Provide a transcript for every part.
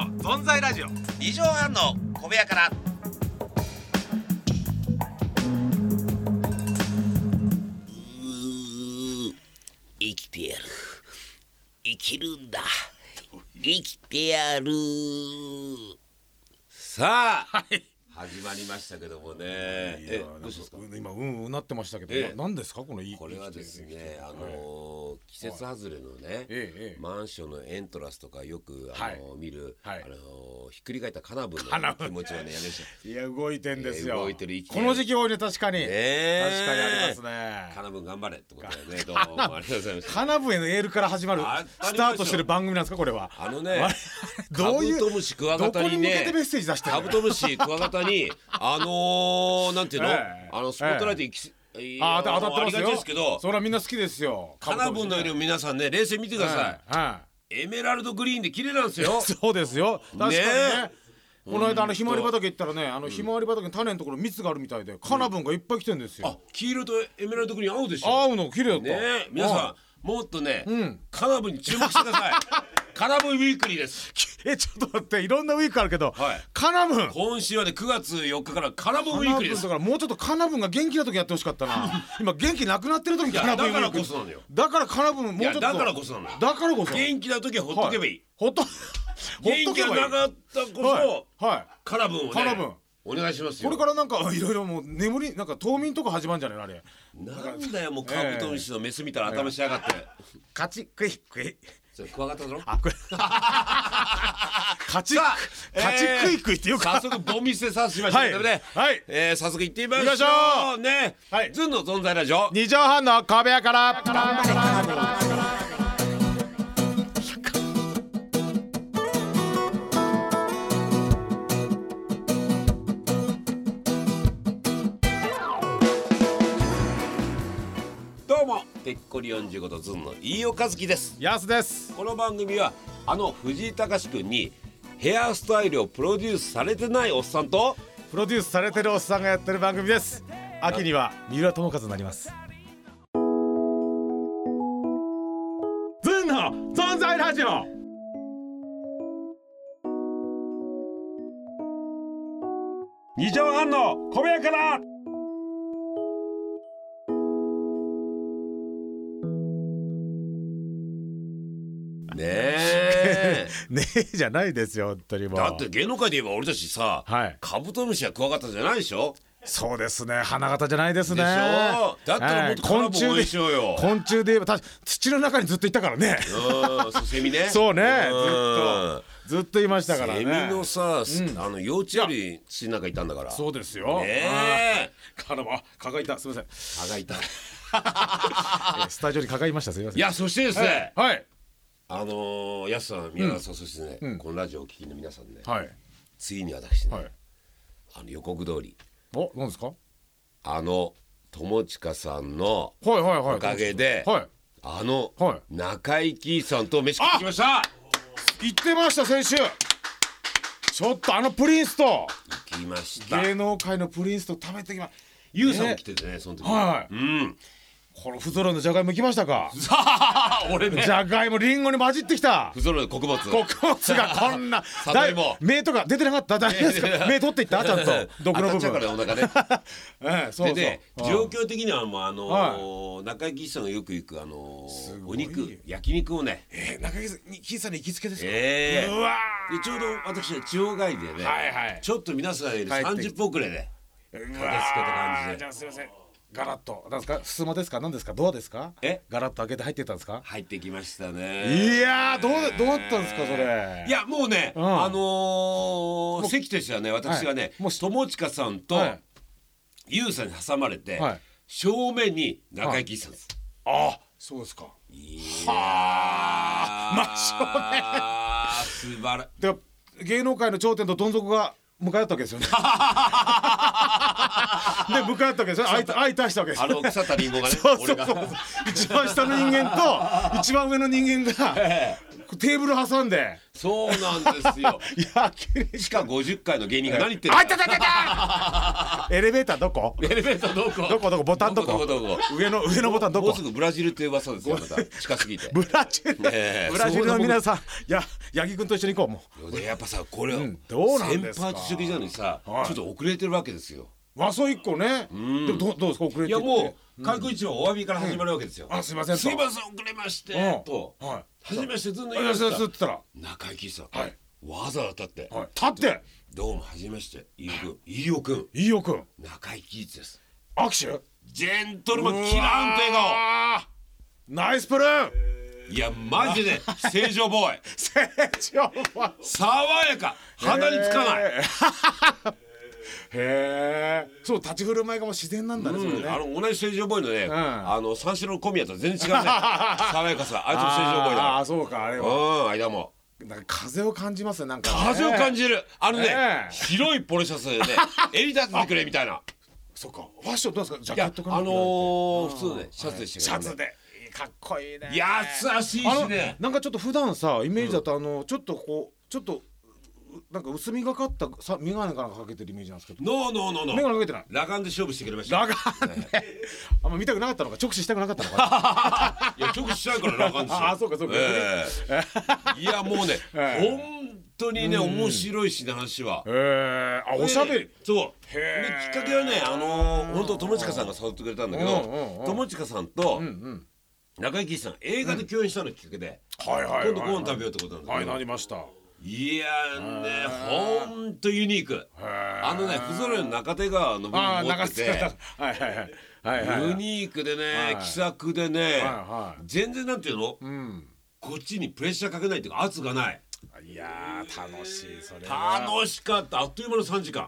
の存在ラジオ。 2畳半の小部屋から。生きてやる、生きるんだ、生きてやる。さあ、始まりましたけどもね。 どうですか。今なってましたけど、何ですかこのこれはですね、季節外れのね、マンションのエントラスとかよく見るひっくり返ったカナブンの気持ちをねやめましょう。いや動いてんですよ。 動いてる。 この時期多いね。確かにありますね。 カナブン頑張れってことだよね。どうもありがとうございました。 カナブンへのエールから始まるスタートしてる番組なんですかこれは。 カブトムシクワガタにね、 どこに向けてメッセージ出してるの。 カブトムシクワガタになんていうの、スポットライト当たってますよ。 ですけど、 それはみんな好きですよ。 カナブンのよりも皆さんね、冷静に見てください。エメラルドグリーンで綺麗なんですよ。 そうですよ。確かにね。この間ひまわり畑行ったらね、ひまわり畑の種のところ蜜があるみたいで、カナブンがいっぱい来てるんですよ。 黄色とエメラルドグリーン合うでしょ。 合うの綺麗だったね。皆さんもっとね、カナブンに注目してください。カナブンウィークリーです。 ちょっと待って、いろんなウィークあるけど、カナブン今週はね9月4日からカナブンウィークリーです。 だからもうちょっとカナブンが元気な時やってほしかったな。今元気なくなってる時カナブンウィークリー。 だからこそなのよ。 だからカナブンもうちょっと。 だからこそなのよ。 だからこそ元気な時はほっとけばいい。 元気がなかったこそカナブンをねお願いしますよ。 これからなんかいろいろもう眠りなんか冬眠とか始まるんじゃないあれ。 なんだよもうカブトムシのメスみたいな頭しやがって。 カチクイクイ。 それクワガタだろ。 カチクイクイってよく。 早速ボン見せさせましたので、早速行ってみましょうね。ズンの存在ラジオ 2畳半の小部屋から。 どうもぺっこり45度ズンの飯尾和樹です。 やすです。 この番組は藤井隆君にヘアスタイルをプロデュースされてないおっさんとプロデュースされてるおっさんがやってる番組です。秋には三浦友和になります。ズンの存在ラジオ。2畳半の小部屋から。ねえじゃないですよ本当に。もうだって芸能界で言えば俺たちさ、カブトムシやクワガタじゃないでしょ。 そうですね、花形じゃないですね。 でしょ。だったらもっとカナブン応援しようよ。 昆虫で言えば土の中にずっといたからね。 セミね。 そうね、ずっといましたからね。 セミのさ、幼稚園より土の中いたんだから。 そうですよ。蚊がいた。すみません。 蚊がいた。 スタジオに蚊がいました。すみません。 いや、そしてですね、 はいやすさん、宮田さん、そしてね、このラジオをお聞きの皆さんね、ついに私ね、予告通り、 何ですか。 友近さんのおかげで、中井貴さんと飯食ってきました。 言ってました、先週。ちょっとプリンスと行きました。 芸能界のプリンスと食べてきました。 ユウさんも来ててね、その時。 この不揃いのじゃがいも行きましたか。 俺ね、 じゃがいもリンゴに混じってきた。 不揃いの穀物がこんな目とか出てなかった。大丈夫ですか。目取っていったちゃんと毒の部分。 からお腹ね。でね、状況的にはもう中井貴一さんがよく行くお肉焼肉をね、 中井貴一さんに行きつけですか。 うわでちょうど私は地方帰りでね、ちょっと皆さんより30分遅れで駆けつけた感じで。 じゃあすいません、ガラッとなんですか、襖ですか、何ですか、ドアですか。ガラッと開けて入ってたんですか。 入ってきましたね。 いやどうだったんですかそれ。 いやもうね、席としてはね、私がね、友近さんとユウさんに挟まれて、正面に中井貴一さんです。 そうですか。 真正面。素晴らしい。 で芸能界の頂点とどん底が向かい合ったわけですよね。で向かい合ったわけですよ。相対したわけです。 腐ったリンゴがね。 そう一番下の人間と一番上の人間がテーブル挟んで。 そうなんですよ。 いや地下50階の芸人が何言ってるんだ。 あいたたたたエレベーターどこ？ エレベーターどこ？ どこボタンどこ？上のボタンどこ？ もうすぐブラジルって噂ですよ。また近すぎて。 ブラジルの皆さん、八木君と一緒に行こうもう。やっぱさこれどうなんですか？ 先発主義なのにさ、ちょっと遅れてるわけですよ。 和装1個ね。でもどうですか遅れて？ いやもう開口一番お詫びから始まるわけですよ。 すいません遅れましてと。初めましてずんの言いました。中井貴一さん。わざわざ立ってどうも初めまして飯尾君中井貴一です。 握手ジェントルマンキラーンと笑顔。 ナイスプルーン。 いやマジで正常ボーイ爽やか鼻につかない。 へえ、そう立ち振る舞いがもう自然なんだね。 同じ正常ボーイのね、三四郎の小宮と全然違うね。爽やかさ、あいつも正常ボーイだから。 あ、そうか、あれは。 間も。 なんか風を感じますね、なんか。 風を感じる。白いポロシャツでね、襟立ててくれみたいな。 そうか。ファッションどうですか、ジャケットかな。 普通ね、シャツでしたけど。 シャツで。かっこいいね。 優しいしね。 なんかちょっと普段さ、イメージだとちょっとこうちょっと。なんか薄みがかった眼鏡かなんかかけてるイメージなんですけど。 ノー眼鏡かけてない。 裸眼で勝負してくれました。 裸眼で。あんま見たくなかったのか、直視したくなかったのか。 いや直視しちゃうから裸眼ですよ。 あ、そうかそうか。 いやもうね、本当にね面白いしね話は。 おしゃべり。 そう。できっかけはね本当友近さんが誘ってくれたんだけど、友近さんと中井貴一さん映画で共演したのきっかけで、今度ご飯食べようってことなんですけど。 なりました。 いやね、ほんとユニーク。ね、不揃いの中手川の部分持ってて、ユニークでね、気さくでね、全然なんていうの、こっちにプレッシャーかけないっていうか圧がない。 いや楽しい。それ楽しかった。あっという間の3時間。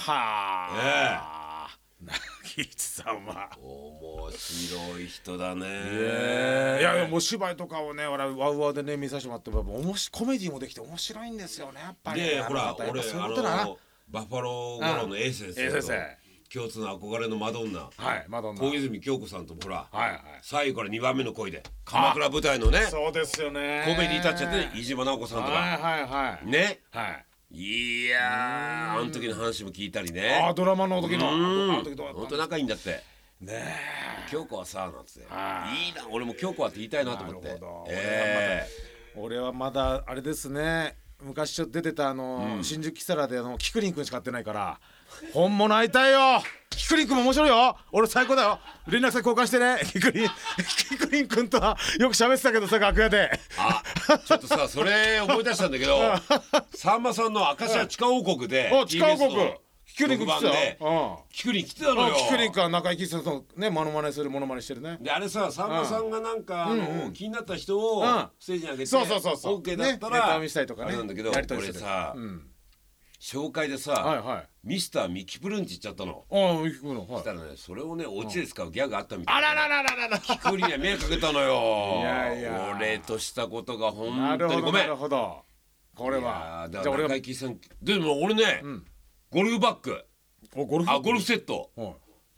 中井貴一さんは面白い人だね。 いやもう芝居とかをね、俺ワウワウでね見させてもらって、コメディもできて面白いんですよね、やっぱり。 でほら俺バッファローゴロの A 先生と共通の憧れのマドンナ、小泉京子さんともほら最後から2番目の恋で鎌倉舞台のね、 そうですよね、 コメディー立っちゃって飯島直子さんとかね。いやあの時の話も聞いたりね。 ドラマの時の本当仲いいんだってね。京子はさなんつって、いいな、俺も京子はって言いたいなと思って。 俺はまだあれですね、昔ちょっと出てた新宿キサラでキクリン君しか会ってないから本物会いたいよ。キクリン君も面白いよ。俺最高だよ。連絡先交換してね。キクリン君とはよく喋ってたけどさ、楽屋で。 ちょっとさそれ思い出したんだけど、さんまさんの明石家地下王国で地下王国キクリン君来てたよ。 キクリン来てたのよ。 キクリン君は中井貴一さんとねモノマネするモノマネしてるね。 であれさ、さんまさんがなんか気になった人をステージに上げてそう OK だったらネタ見したりとかね。 なんだけど俺さ紹介でさミスターミキプルンチ言っちゃったの。そしたらね、それをねオチで使うギャグあったみたい。 あららららら。 キクリンには迷惑かけたのよ。俺としたことが本当にごめん。 なるほど。これはじゃあ俺が中井貴一さんでも俺ねゴルフバッグ、ゴルフセット、ゴ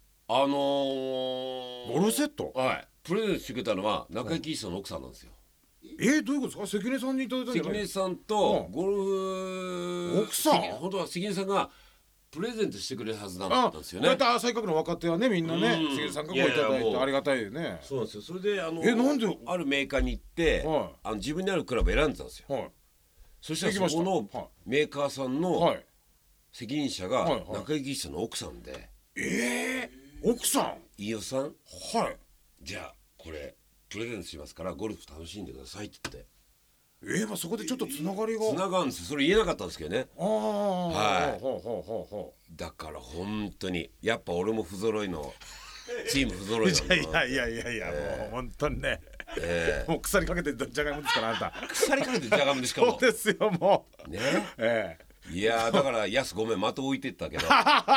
ルフセットプレゼントしてくれたのは中井貴一さんの奥さんなんですよ。 どういうことですか？関根さんにいただいたんじゃない？ 関根さんとゴルフ奥さん、 本当は関根さんがプレゼントしてくれるはずだったんですよね。 こうやって再覚の若手はねみんなね関根さんがこういただいてありがたいよね。 そうなんですよ。それでなんであるメーカーに行って自分にあるクラブ選んでたんですよ。そしたらそこのメーカーさんの責任者が中井貴一さんの奥さんで。 奥さん？ 飯尾さん、じゃあこれプレゼントしますからゴルフ楽しんでくださいって言って。 そこでちょっとつながりがつながるんですよ。それ言えなかったんですけどね。だから本当にやっぱ俺も不揃いのチーム不揃いなんだな。 いやもう本当にね、もう腐りかけてじゃがいもですからあんた。 腐りかけてじゃがいもでしかも。 そうですよもうね。いやだからやすごめん的置いてったけど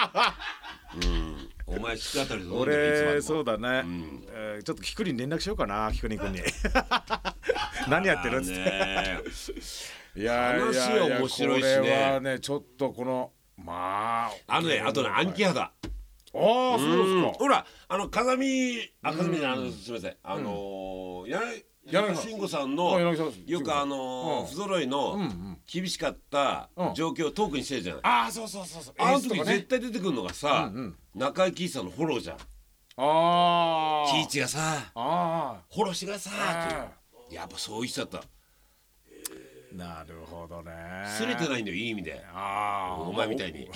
お前しっかりと俺そうだね、ちょっとキクリン連絡しようかな、キクリン君に何やってるっつっていや話は面白いしね。 これはねちょっとこのあとね暗記肌。 そうですか。 ほら風見じゃないすみません柳沢慎吾さんのよく不揃いの厳しかった状況をトークにしてるじゃない。 ああそうそう。 あの時絶対出てくるのがさ、中井貴一さんのフォローじゃん。貴一がさフォローしてくださいってやっぱそういう人だった。 なるほどね。 すれてないんだよ、いい意味で。お前みたいに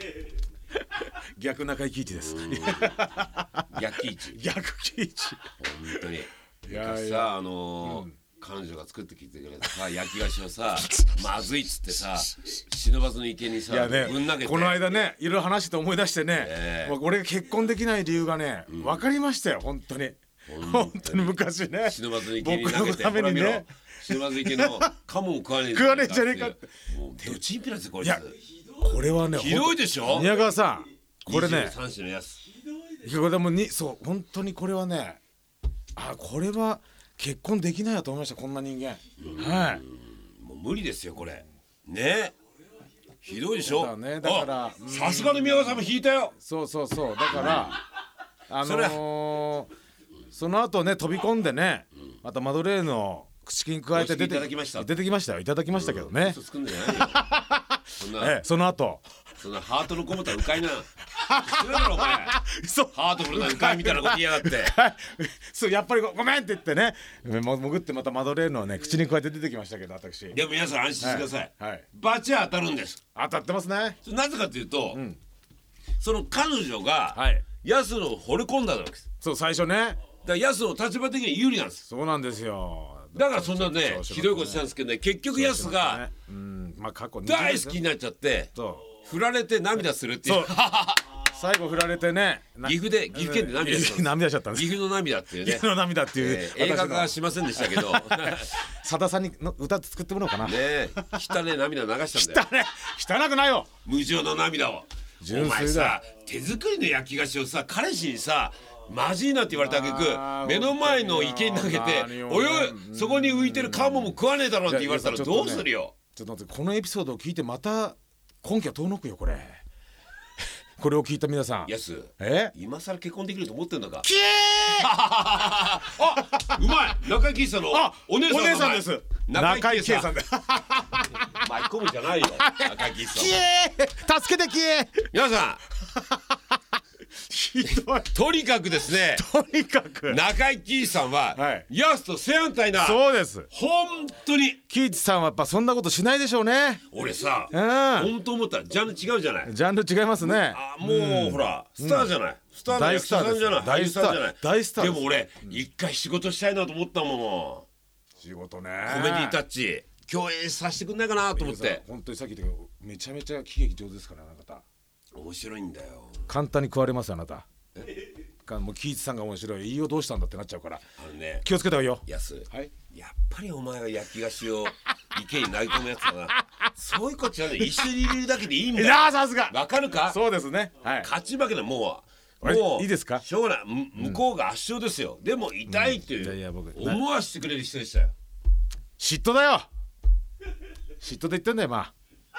逆中井貴一です。 逆貴一。 逆貴一。 本当に。昔さ彼女が作ってきてくれたさ焼き菓子をさまずいっつってさ忍ばずの池にさぶん投げて、 この間ねいろいろ話して思い出してね、俺が結婚できない理由がね分かりましたよ。本当に昔ね忍ばずの池に投げて、ほら見ろ忍ばず池のカモを食わねえじゃねえかって、 もうどチンピラですよこいつ。 これはねひどいでしょ宮川さん。これね 23種のやつ。 これでもそう本当にこれはねこれは結婚できないやと思いました。こんな人間。 もう無理ですよこれね。ひどいでしょ。 だからさすがの宮川さんも引いたよ。 そうだからその後ね飛び込んでねまたマドレーヌを口金加えて出てきましたよ。いただきましたけどね。 嘘つくんじゃないよ。 その後そのハートのこもったうかいな失礼だろお前。ハートフルなうかいみたいなこと言いやがって。 そうやっぱりごめんって言ってね潜ってまたマドレーヌをね口に加えて出てきましたけど、私でも皆さん安心してください。バチは当たるんです。 当たってますね。 なぜかというとその彼女がヤスの惚れ込んだわけです。 そう最初ね。だからヤスの立場的に有利なんです。 そうなんですよ。 だからそんなねひどいことしたんですけどね、結局ヤスが大好きになっちゃって振られて涙するっていう。 最後振られてね岐阜県で涙しちゃったんです。 岐阜の涙っていうね。 岐阜の涙っていう映画化はしませんでしたけどさださんに歌作ってもらおうかな。 ね汚ね涙流したんだよ。 汚くないよ無情の涙を。お前さ手作りの焼き菓子をさ彼氏にさまずいなって言われた挙句目の前の池に投げておよそこに浮いてるカモも食わねえだろって言われたらどうするよ。 ちょっと待って、このエピソードを聞いてまた根拠遠のくよこれ。これを聞いた皆さん、 やす今更結婚できると思ってんのか。 きえあうまい。中井貴一さんのお姉さんです。 中井貴一さんで巻き込むじゃないよ中井貴一さん。 きえ助けてきえ。 皆さんひどい。 とにかくですね、 とにかく中井貴一さんはヤスと正反対な。 そうです。 本当に貴一さんはやっぱそんなことしないでしょうね。 俺さ本当思った。ジャンル違うじゃない。 ジャンル違いますね。 もうほらスターじゃない。スターの役者さんじゃない。 大スターじゃない。大スターでも俺一回仕事したいなと思ったもん。仕事ね。 コメディタッチ共演させてくんないかなと思って。 本当にさっき言ったけどめちゃめちゃ喜劇上手ですからね。あなた面白いんだよ。 簡単に食われますよあなた。もう貴一さんが面白い。いいよどうしたんだってなっちゃうから気をつけた方がいいよ。 やす、やっぱりお前が焼き菓子を池に投げ込むやつだな。そういうことじゃない。一緒にいるだけでいいんだよ。 さすがわかるか。 そうですね。 勝ち負けだ。もういいですか。 しょうがない。向こうが圧勝ですよ。でも痛いっていう思わせてくれる人でしたよ。 嫉妬だよ。嫉妬で言ってんだよ。まあ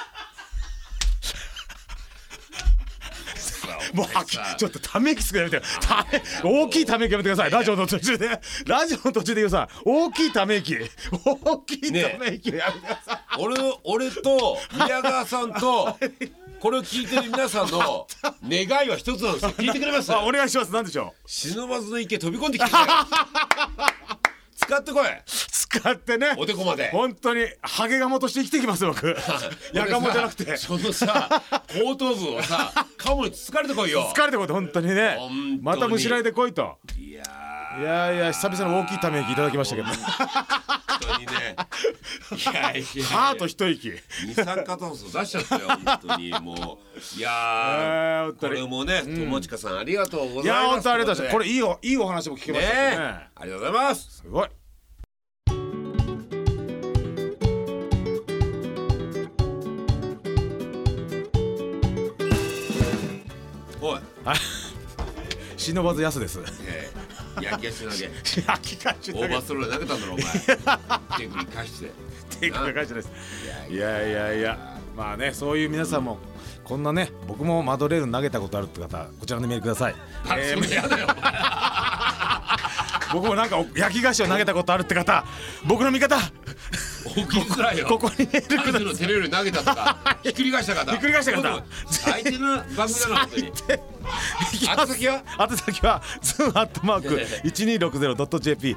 もうちょっとため息つくやめて。大きいため息やめてください。ラジオの途中で言うさ大きいため息やめてください。 俺と宮川さんとこれを聞いてる皆さんの願いは一つなんですよ。聞いてくれます。 お願いします。何でしょう。 忍ばずの池飛び込んできてくれ使ってこい。 使ってね。 おでこまで。 本当にハゲガモとして生きてきますよ僕。やかもじゃなくて。 そのさ後頭部をさカモに疲れてこいよ。 疲れてこいと本当にね。またむしらいでこいと。いや久々の大きいため息いただきましたけど。 本当にね。 ハート一息。 二酸化炭素出しちゃったよ本当にもう。これもね友近さんありがとうございます。いや本当ありがとうございます。これいいお話も聞けましたね。 ありがとうございます。 すごい。 おい忍ばずやすです。 焼き菓子投げ焼き菓子オーバースローで投げたんだろお前。テープに返してテープに返してです。いやまあねそういう皆さんもこんなね僕もマドレーヌ投げたことあるって方こちらのメールください。 それやだよ僕もなんか焼き菓子を投げたことあるって方、僕の味方起きづらいよ。 ここにメールください。 のテレビに投げたとかひっくり返した方、 ひっくり返した方、 相手の番組だな本当に。宛先は zun@1260.jp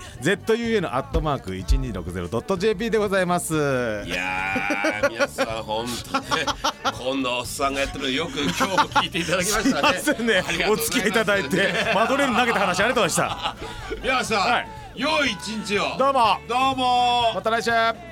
zun@1260.jp でございます。 いやー皆さん本当ねこんなおっさんがやってるのよく今日も聞いていただきましたね。 すいませんね、お付き合いいただいてマドレーヌ投げた話ありがとうございました。 皆さん、良い一日を。 どうもどうもまた来週。